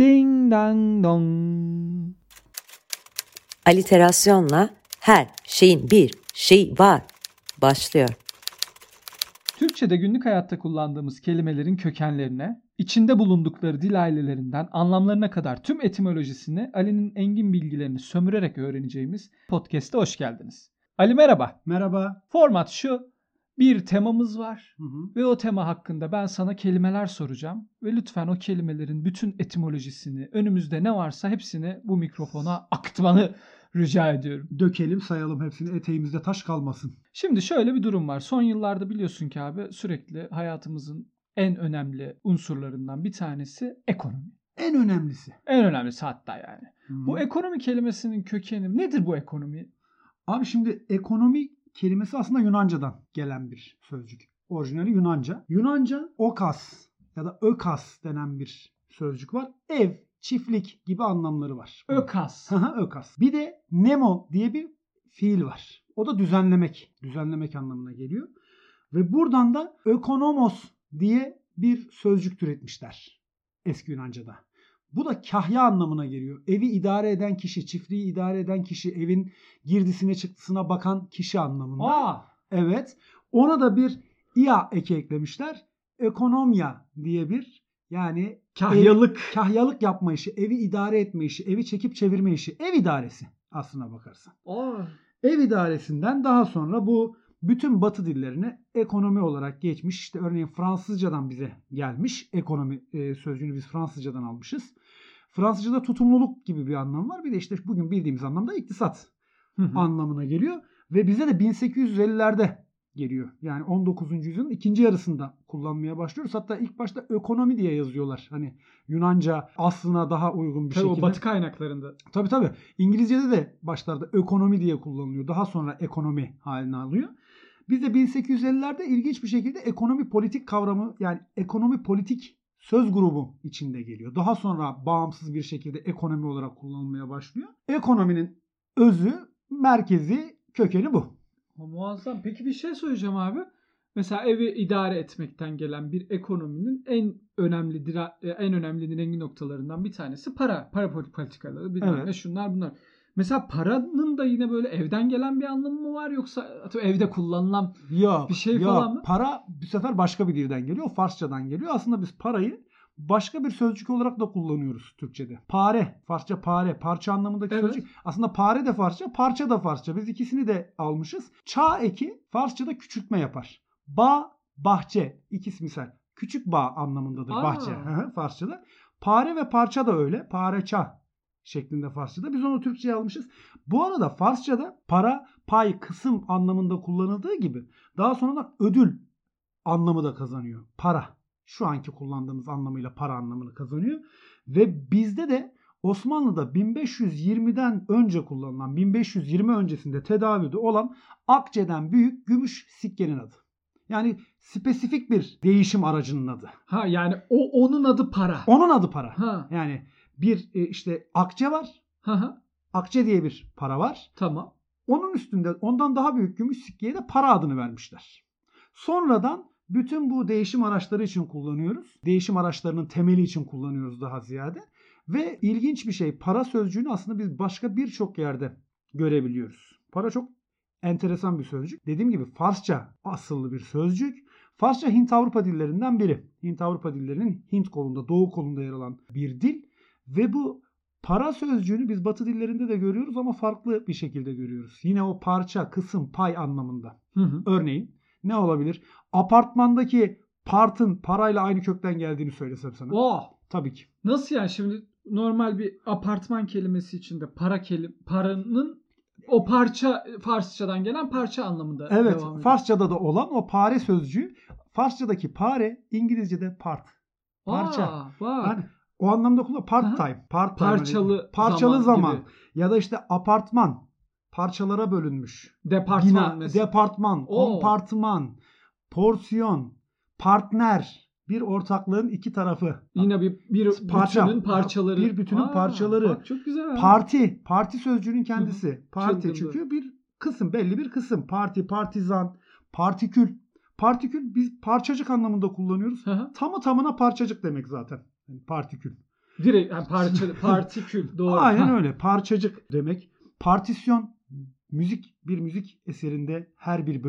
Ding dang dong. Aliterasyonla her şeyin bir şey var başlıyor. Türkçe'de günlük hayatta kullandığımız kelimelerin kökenlerine, içinde bulundukları dil ailelerinden anlamlarına kadar tüm etimolojisini Ali'nin engin bilgilerini sömürerek öğreneceğimiz podcast'e hoş geldiniz. Ali merhaba. Merhaba. Format şu. Bir temamız var Hı. ve o tema hakkında ben sana kelimeler soracağım. Ve lütfen o kelimelerin bütün etimolojisini, önümüzde ne varsa hepsini bu mikrofona akıtmanı rica ediyorum. Dökelim, sayalım hepsini. Eteğimizde taş kalmasın. Şimdi şöyle bir durum var. Son yıllarda biliyorsun ki abi sürekli hayatımızın en önemli unsurlarından bir tanesi ekonomi. En önemlisi. En önemlisi hatta yani. Hı. Bu ekonomi kelimesinin kökeni nedir bu ekonomi? Abi şimdi ekonomi kelimesi aslında Yunanca'dan gelen bir sözcük. Orijinali Yunanca. Yunanca okas ya da ökas denen bir sözcük var. Ev, çiftlik gibi anlamları var. Ökas. Ökas. Bir de nemo diye bir fiil var. O da düzenlemek. Düzenlemek anlamına geliyor. Ve buradan da ökonomos diye bir sözcük türetmişler eski Yunanca'da. Bu da kahya anlamına geliyor. Evi idare eden kişi, çiftliği idare eden kişi, evin girdisine çıktısına bakan kişi anlamında. Aa. Evet. Ona da bir ia eki eklemişler. Ekonomya diye bir yani kahyalık yapma işi, evi idare etme işi, evi çekip çevirme işi, ev idaresi aslına bakarsan. Aa. Ev idaresinden daha sonra bu bütün Batı dillerine ekonomi olarak geçmiş. İşte örneğin Fransızcadan bize gelmiş. Ekonomi sözcüğünü biz Fransızcadan almışız. Fransızcada tutumluluk gibi bir anlam var. Bir de işte bugün bildiğimiz anlamda iktisat anlamına geliyor. Ve bize de 1850'lerde geliyor. Yani 19. yüzyılın ikinci yarısında kullanmaya başlıyoruz. Hatta ilk başta ekonomi diye yazıyorlar. Hani Yunanca aslına daha uygun bir şekilde. O Batı kaynaklarında. Tabii. İngilizce'de de başlarda ekonomi diye kullanılıyor. Daha sonra ekonomi haline alıyor. Biz de 1850'lerde ilginç bir şekilde ekonomi politik kavramı yani ekonomi politik söz grubu içinde geliyor. Daha sonra bağımsız bir şekilde ekonomi olarak kullanılmaya başlıyor. Ekonominin özü, merkezi, kökeni bu. Muazzam. Peki bir şey söyleyeceğim abi. Mesela evi idare etmekten gelen bir ekonominin en önemli direngi noktalarından bir tanesi para. Para politikaları, bilmem ne, şunlar bunlar. Mesela paranın da yine böyle evden gelen bir anlamı mı var yoksa evde kullanılan bir şey falan mı? Para bu sefer başka bir dilden geliyor. Farsçadan geliyor. Aslında biz parayı başka bir sözcük olarak da kullanıyoruz Türkçe'de. Pare, Farsça pare, parça anlamındaki sözcük. Aslında pare de Farsça, parça da Farsça. Biz ikisini de almışız. Ça eki Farsça'da küçültme yapar. Bağ, bahçe, ikisi misal. Küçük bağ anlamındadır bahçe Farsça'da. Pare ve parça da öyle. Pareça şeklinde Farsça'da. Biz onu Türkçe'ye almışız. Bu arada Farsça'da para, pay, kısım anlamında kullanıldığı gibi daha sonra da ödül anlamı da kazanıyor. Para. Şu anki kullandığımız anlamıyla para anlamını kazanıyor. Ve bizde de Osmanlı'da 1520'den önce kullanılan, 1520 öncesinde tedavülde olan akçeden büyük gümüş sikkenin adı. Yani spesifik bir değişim aracının adı. Ha yani onun adı para. Onun adı para. Ha. Yani bir işte akçe var. Akçe diye bir para var. Tamam. Onun üstünde ondan daha büyük gümüş sikkeye de para adını vermişler. Sonradan bütün bu değişim araçları için kullanıyoruz. Değişim araçlarının temeli için kullanıyoruz daha ziyade. Ve ilginç bir şey, para sözcüğünü aslında biz başka birçok yerde görebiliyoruz. Para çok enteresan bir sözcük. Dediğim gibi Farsça asıllı bir sözcük. Farsça Hint-Avrupa dillerinden biri. Hint-Avrupa dillerinin Hint kolunda, Doğu kolunda yer alan bir dil. Ve bu para sözcüğünü biz Batı dillerinde de görüyoruz ama farklı bir şekilde görüyoruz. Yine o parça, kısım, pay anlamında. Örneğin ne olabilir? Apartmandaki partın parayla aynı kökten geldiğini söylesem sana. Tabii ki. Nasıl yani şimdi normal bir apartman kelimesi içinde paranın o parça Farsçadan gelen parça anlamında devam ediyor. Evet. Farsçada da olan o pare sözcüğü. Farsçadaki pare İngilizce'de part. Parça. Yani o anlamda kullanılıyor. Part time. Parçalı zaman. Ya da işte apartman. Parçalara bölünmüş. Departman mesela. Departman. Kompartman. Porsiyon. Partner. Bir ortaklığın iki tarafı. Yine bir bütünün parçaları. Bir bütünün parçaları. Bak, çok güzel. Parti sözcüğünün kendisi. Parti çünkü bir kısım, belli bir kısım. Parti, partizan, partikül. Partikül biz parçacık anlamında kullanıyoruz. Tamı tamına parçacık demek zaten. Yani partikül. Direkt yani partikül doğru. Aynen öyle. Parçacık demek. Partisyon bir müzik eserinde her bir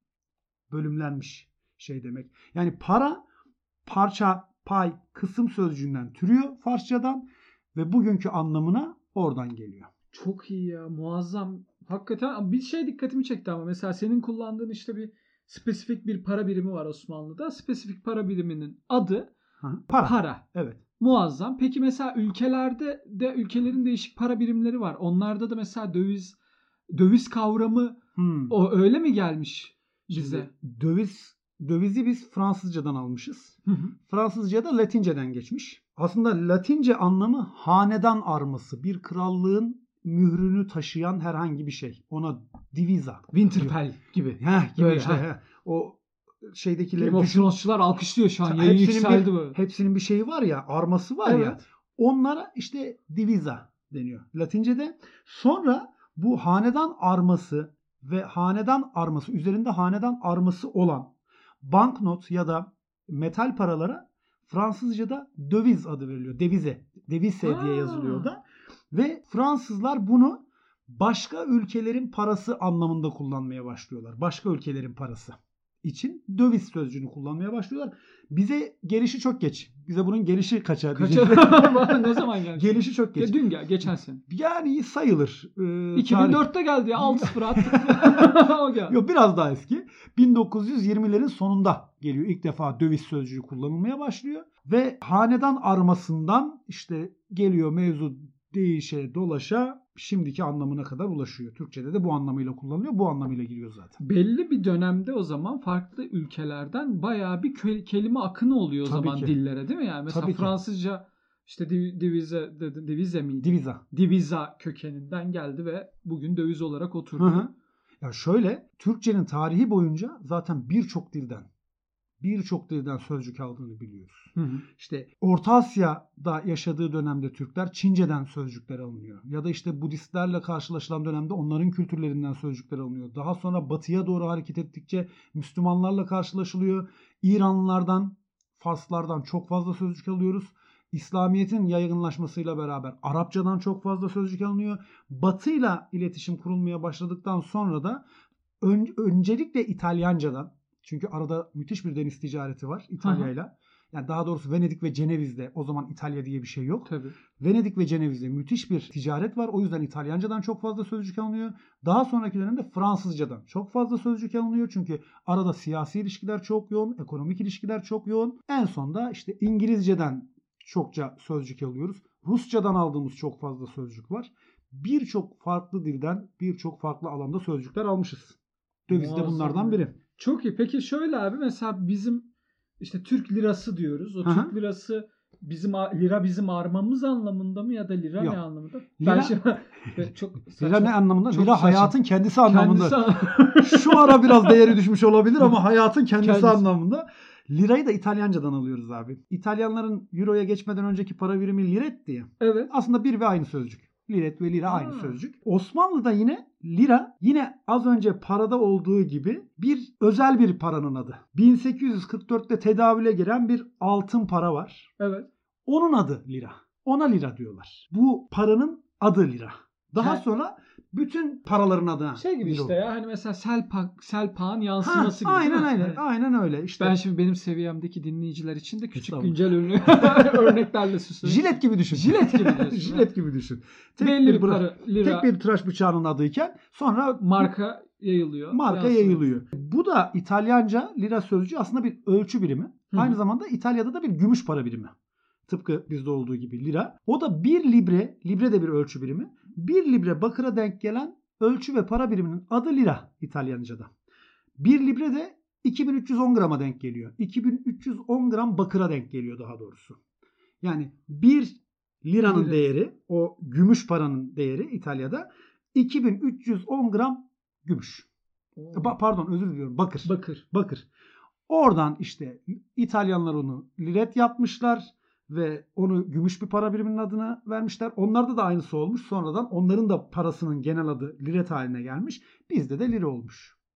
bölümlenmiş şey demek. Yani para parça, pay, kısım sözcüğünden türüyor Farsçadan ve bugünkü anlamına oradan geliyor. Çok iyi ya, muazzam. Hakikaten bir şey dikkatimi çekti ama mesela senin kullandığın işte bir spesifik bir para birimi var Osmanlı'da. Spesifik para biriminin adı para. Evet. Muazzam. Peki mesela ülkelerde de ülkelerin değişik para birimleri var. Onlarda da mesela döviz kavramı o öyle mi gelmiş bize? Dövizi biz Fransızcadan almışız. Fransızca da Latinceden geçmiş. Aslında Latince anlamı hanedan arması. Bir krallığın mührünü taşıyan herhangi bir şey. Ona divisa. Winterfell gibi. Gibi böyle, işte. O şeydekileri Game of Thrones'çular alkışlıyor şu an. Yayın yükseldi bu. Hepsinin bir şeyi var ya, arması var ya. Onlara işte divisa deniyor Latince'de. Sonra bu hanedan arması ve hanedan arması üzerinde hanedan arması olan banknot ya da metal paralara Fransızca'da döviz adı veriliyor. Devise diye yazılıyor da. Ve Fransızlar bunu başka ülkelerin parası anlamında kullanmaya başlıyorlar. Başka ülkelerin parası için döviz sözcüğünü kullanmaya başlıyorlar. Bize gelişi çok geç. Bize bunun gelişi kaça? Ne zaman geldi? Gelişi çok geç. Dün geçen sene. Yani sayılır. 2004'te geldi ya. 6-0 attık. O geldi. Yok, biraz daha eski. 1920'lerin sonunda geliyor. İlk defa döviz sözcüğü kullanılmaya başlıyor. Ve hanedan armasından işte geliyor mevzu değişe dolaşa şimdiki anlamına kadar ulaşıyor. Türkçe'de de bu anlamıyla kullanılıyor. Bu anlamıyla giriyor zaten. Belli bir dönemde o zaman farklı ülkelerden bayağı bir kelime akını oluyor o zaman dillere, değil mi? Yani mesela Fransızca işte divize miydi? Divisa kökeninden geldi ve bugün döviz olarak oturdu. Ya şöyle, Türkçenin tarihi boyunca zaten birçok dilden sözcük aldığını biliyoruz. İşte Orta Asya'da yaşadığı dönemde Türkler Çince'den sözcükler alınıyor. Ya da işte Budistlerle karşılaşılan dönemde onların kültürlerinden sözcükler alınıyor. Daha sonra batıya doğru hareket ettikçe Müslümanlarla karşılaşılıyor. İranlılardan, Farslardan çok fazla sözcük alıyoruz. İslamiyet'in yaygınlaşmasıyla beraber Arapçadan çok fazla sözcük alınıyor. Batı'yla iletişim kurulmaya başladıktan sonra da öncelikle İtalyancadan, çünkü arada müthiş bir deniz ticareti var İtalya'yla. Yani daha doğrusu Venedik ve Ceneviz'de, o zaman İtalya diye bir şey yok. Tabii. Venedik ve Ceneviz'de müthiş bir ticaret var. O yüzden İtalyancadan çok fazla sözcük alınıyor. Daha sonraki dönemde Fransızcadan çok fazla sözcük alınıyor. Çünkü arada siyasi ilişkiler çok yoğun, ekonomik ilişkiler çok yoğun. En sonda işte İngilizceden çokça sözcük alıyoruz. Rusçadan aldığımız çok fazla sözcük var. Birçok farklı dilden, birçok farklı alanda sözcükler almışız. Döviz de bunlardan biri. Çok iyi. Peki şöyle abi, mesela bizim işte Türk lirası diyoruz. O Türk lirası lira bizim armamız anlamında mı ya da lira ne anlamında? Lira ne anlamında? Lira hayatın kendisi anlamında. Şu ara biraz değeri düşmüş olabilir ama hayatın kendisi anlamında. Lirayı da İtalyancadan alıyoruz abi. İtalyanların Euro'ya geçmeden önceki para birimi liretti ya. Evet. Aslında bir ve aynı sözcük. Liret ve lira aynı sözcük. Osmanlı'da yine lira az önce parada olduğu gibi özel bir paranın adı. 1844'te tedavüle giren bir altın para var. Evet. Onun adı lira. Ona lira diyorlar. Bu paranın adı lira. Daha sonra bütün paraların adına gibi işte ya, hani mesela Selpak'ın yansıması gibi. Aynen öyle. İşte ben şimdi benim seviyemdeki dinleyiciler için de küçük güncel örneklerle süsledim. Jilet gibi düşün. Jilet gibi düşün. Tek bir tıraş bıçağının adıyken sonra marka yayılıyor. Bu da İtalyanca lira sözcüğü aslında bir ölçü birimi. Aynı zamanda İtalya'da da bir gümüş para birimi. Tıpkı bizde olduğu gibi lira. O da 1 libre de bir ölçü birimi. 1 libre bakıra denk gelen ölçü ve para biriminin adı lira İtalyanca'da. 1 libre de 2310 grama denk geliyor. 2310 gram bakıra denk geliyor daha doğrusu. Yani 1 liranın değeri, o gümüş paranın değeri İtalya'da 2310 gram gümüş. Pardon, özür diliyorum. Bakır. Oradan işte İtalyanlar onu liret yapmışlar ve onu gümüş bir para biriminin adına vermişler. Onlarda da aynısı olmuş. Sonradan onların da parasının genel adı liret haline gelmiş. Bizde de lira olmuş.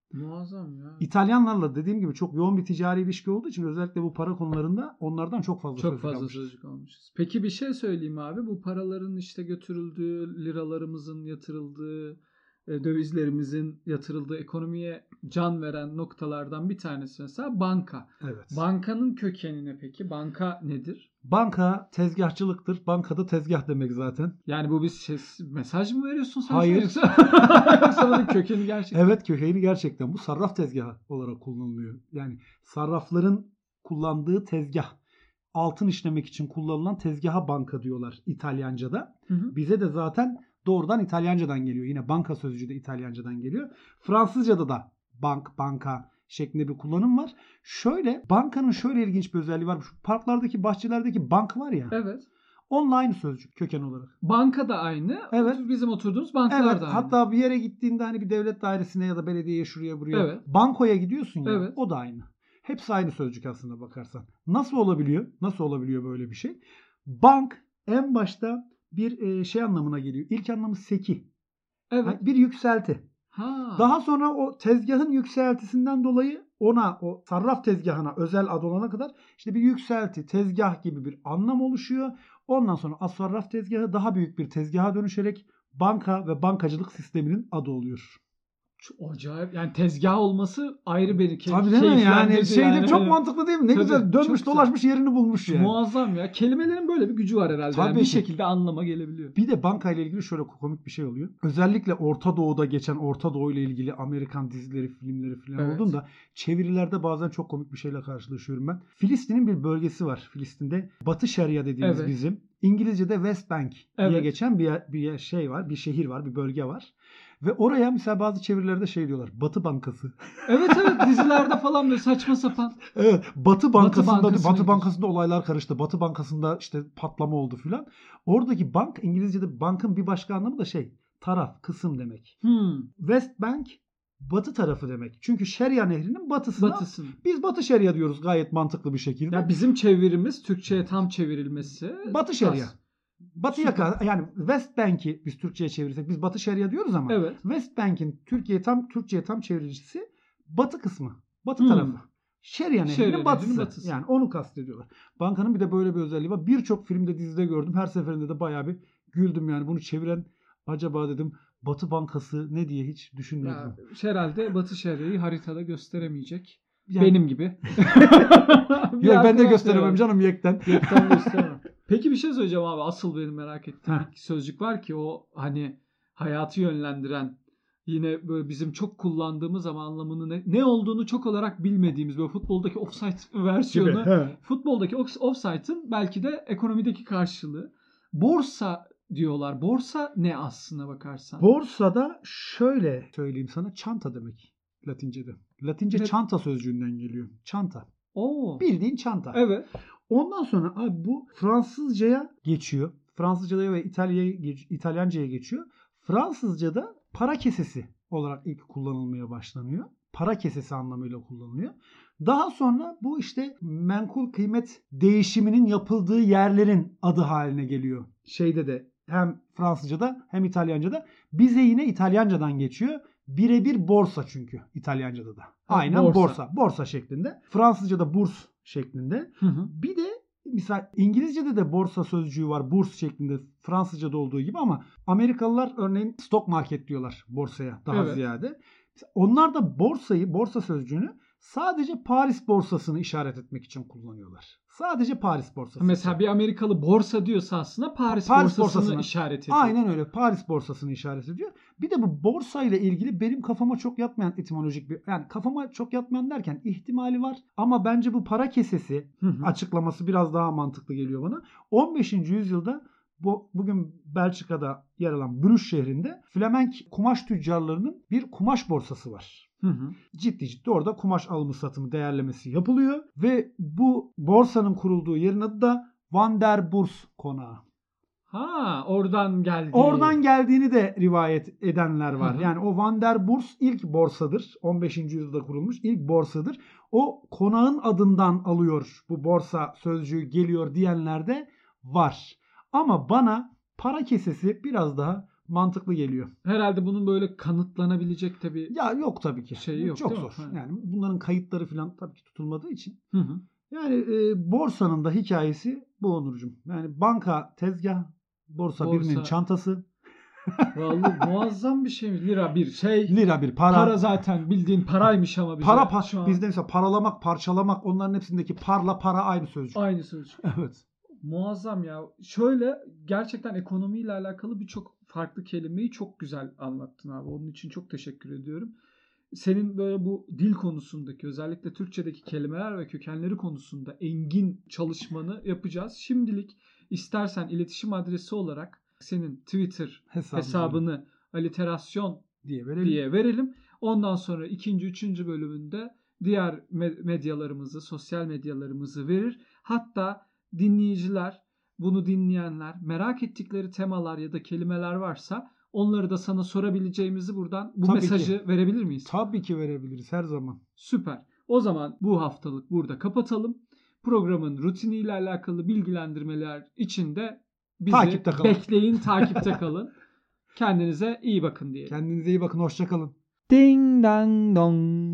Muazzam ya. İtalyanlarla dediğim gibi çok yoğun bir ticari ilişki olduğu için özellikle bu para konularında onlardan çok fazla sözcük almışız. Peki bir şey söyleyeyim abi. Bu paraların işte götürüldüğü, liralarımızın yatırıldığı, dövizlerimizin yatırıldığı ekonomiye can veren noktalardan bir tanesi mesela banka. Evet. Bankanın kökeni ne peki? Banka nedir? Banka tezgahçılıktır. Bankada tezgah demek zaten. Yani bu bir mesaj mı veriyorsun sen? Hayır. Yoksa bunun kökeni gerçekten. Evet, kökeni gerçekten. Bu sarraf tezgahı olarak kullanılıyor. Yani sarrafların kullandığı tezgah. Altın işlemek için kullanılan tezgaha banka diyorlar İtalyanca'da. Hı. Bize de zaten doğrudan İtalyancadan geliyor. Yine banka sözcüğü de İtalyancadan geliyor. Fransızca'da da banka şeklinde bir kullanım var. Bankanın şöyle ilginç bir özelliği var. Şu parklardaki, bahçelerdeki bank var ya. Evet. Onunla aynı sözcük köken olarak. Banka da aynı. Evet. Bizim oturduğumuz bankalar da aynı. Hatta bir yere gittiğinde hani bir devlet dairesine ya da belediyeye şuraya buraya Evet. bankoya gidiyorsun ya. Evet. O da aynı. Hepsi aynı sözcük aslında bakarsan. Nasıl olabiliyor? Nasıl olabiliyor böyle bir şey? Bank en başta bir şey anlamına geliyor. İlk anlamı seki. Evet. Yani bir yükselti. Ha. Daha sonra o tezgahın yükseltisinden dolayı ona, o sarraf tezgahına özel ad olana kadar işte bir yükselti, tezgah gibi bir anlam oluşuyor. Ondan sonra as-sarraf tezgahı daha büyük bir tezgaha dönüşerek banka ve bankacılık sisteminin adı oluyor. Çok acayip. Yani tezgah olması ayrı bir Tabii değil mi? Yani çok mantıklı değil mi? Ne Tabii, güzel dönmüş dolaşmış yerini bulmuş yani. Muazzam ya. Kelimelerin böyle bir gücü var herhalde. Tabii bir ki. şekilde anlama gelebiliyor. Bir de bankayla ilgili şöyle komik bir şey oluyor. Özellikle Orta Doğu'da geçen, Orta Doğu ile ilgili Amerikan dizileri, filmleri falan olduğunda çevirilerde bazen çok komik bir şeyle karşılaşıyorum ben. Filistin'in bir bölgesi var. Filistin'de Batı Şeria dediğimiz bizim. İngilizce'de West Bank diye geçen bir şey var, bir şehir var, bir bölge var. Ve oraya mesela bazı çevirilerde şey diyorlar. Batı Bankası. Evet dizilerde falan böyle saçma sapan. Evet, Batı Bankası'nda olaylar karıştı. Batı Bankası'nda işte patlama oldu filan. Oradaki bank, İngilizce'de bankın bir başka anlamı da taraf, kısım demek. West Bank batı tarafı demek. Çünkü Şeria Nehri'nin batısına. Biz Batı Şeria diyoruz gayet mantıklı bir şekilde. Ya bizim çevirimiz, Türkçe'ye tam çevirilmesi Batı Şeria. Batı yaka, yani West Bank'i biz Türkçe'ye çevirirsek biz Batı Şeria diyoruz ama West Bank'in Türkçe'ye tam çeviricisi batı kısmı. Batı tarafı. Şeria Nehri'nin batısı. Yani onu kastediyorlar. Bankanın bir de böyle bir özelliği var. Birçok filmde, dizide gördüm. Her seferinde de bayağı bir güldüm yani. Bunu çeviren acaba dedim Batı Bankası ne diye hiç düşünmedim. Ya, herhalde Batı Şeria'yı haritada gösteremeyecek. Yani, benim gibi. Yok ben de gösteremem canım yekten. Yekten gösteremem. Peki bir şey söyleyeceğim abi. Asıl benim merak ettiğim sözcük var ki o hani hayatı yönlendiren, yine böyle bizim çok kullandığımız ama anlamını ne olduğunu çok olarak bilmediğimiz böyle futboldaki offside versiyonu. Futboldaki offside'ın belki de ekonomideki karşılığı. Borsa diyorlar. Borsa ne aslına bakarsan? Borsada şöyle söyleyeyim sana, çanta demek Latince'de. Latince çanta sözcüğünden geliyor. Çanta. Bildiğin çanta. Evet. Ondan sonra abi bu Fransızcaya geçiyor. Fransızca'ya ve İtalyanca'ya geçiyor. Fransızca'da para kesesi olarak ilk kullanılmaya başlanıyor. Para kesesi anlamıyla kullanılıyor. Daha sonra bu işte menkul kıymet değişiminin yapıldığı yerlerin adı haline geliyor. Şeyde de hem Fransızca'da hem İtalyanca'da. Bize yine İtalyancadan geçiyor. Birebir borsa çünkü İtalyanca'da da. Aynen borsa. Borsa şeklinde. Fransızca'da burs şeklinde. Bir de mesela İngilizce'de de borsa sözcüğü var. Burs şeklinde Fransızca'da olduğu gibi ama Amerikalılar örneğin stock market diyorlar borsaya daha ziyade. Onlar da borsa sözcüğünü sadece Paris borsasını işaret etmek için kullanıyorlar. Sadece Paris borsası. Mesela bir Amerikalı borsa diyorsa aslında Paris borsasını işaret ediyor. Aynen öyle. Paris borsasını işaret ediyor. Bir de bu borsa ile ilgili benim kafama çok yatmayan etimolojik yani kafama çok yatmayan derken ihtimali var ama bence bu para kesesi açıklaması biraz daha mantıklı geliyor bana. 15. yüzyılda bugün Belçika'da yer alan Bruges şehrinde Flemenk kumaş tüccarlarının bir kumaş borsası var. Ciddi orada kumaş alımı satımı değerlemesi yapılıyor ve bu borsanın kurulduğu yerin adı da Van der Burs konağı. Oradan geldi. Oradan geldiğini de rivayet edenler var. Yani o Van der Burs ilk borsadır. 15. yüzyılda kurulmuş ilk borsadır. O konağın adından alıyor bu borsa sözcüğü geliyor diyenler de var. Ama bana para kesesi biraz daha mantıklı geliyor. Herhalde bunun böyle kanıtlanabilecek de bir Ya yok tabii ki. Şeyi yok, çok değil mi? zor. Ha. Yani bunların kayıtları falan tabii ki tutulmadığı için. Hı hı. Yani borsanın da hikayesi bu Onurcuğum. Yani banka tezgah, borsa birinin çantası. Vallahi muazzam bir şey. Lira bir şey. Lira bir para. Para zaten bildiğin paraymış ama bize. Para bizde mesela paralamak, parçalamak onların hepsindeki parla para aynı sözcük. Aynı sözcük. Evet. Muazzam ya. Şöyle gerçekten ekonomiyle alakalı birçok farklı kelimeyi çok güzel anlattın abi. Onun için çok teşekkür ediyorum. Senin böyle bu dil konusundaki özellikle Türkçedeki kelimeler ve kökenleri konusunda engin çalışmanı yapacağız. Şimdilik istersen iletişim adresi olarak senin Twitter hesabını aliterasyon diye verelim. Ondan sonra 2. 3. bölümünde diğer medyalarımızı, sosyal medyalarımızı verir. Hatta dinleyiciler, bunu dinleyenler merak ettikleri temalar ya da kelimeler varsa onları da sana sorabileceğimizi buradan bu mesajı verebilir miyiz? Tabii ki verebiliriz her zaman. Süper. O zaman bu haftalık burada kapatalım. Programın rutiniyle alakalı bilgilendirmeler için de bizi bekleyin, takipte kalın. Kendinize iyi bakın diyelim. Kendinize iyi bakın, hoşça kalın. Ding dang dong.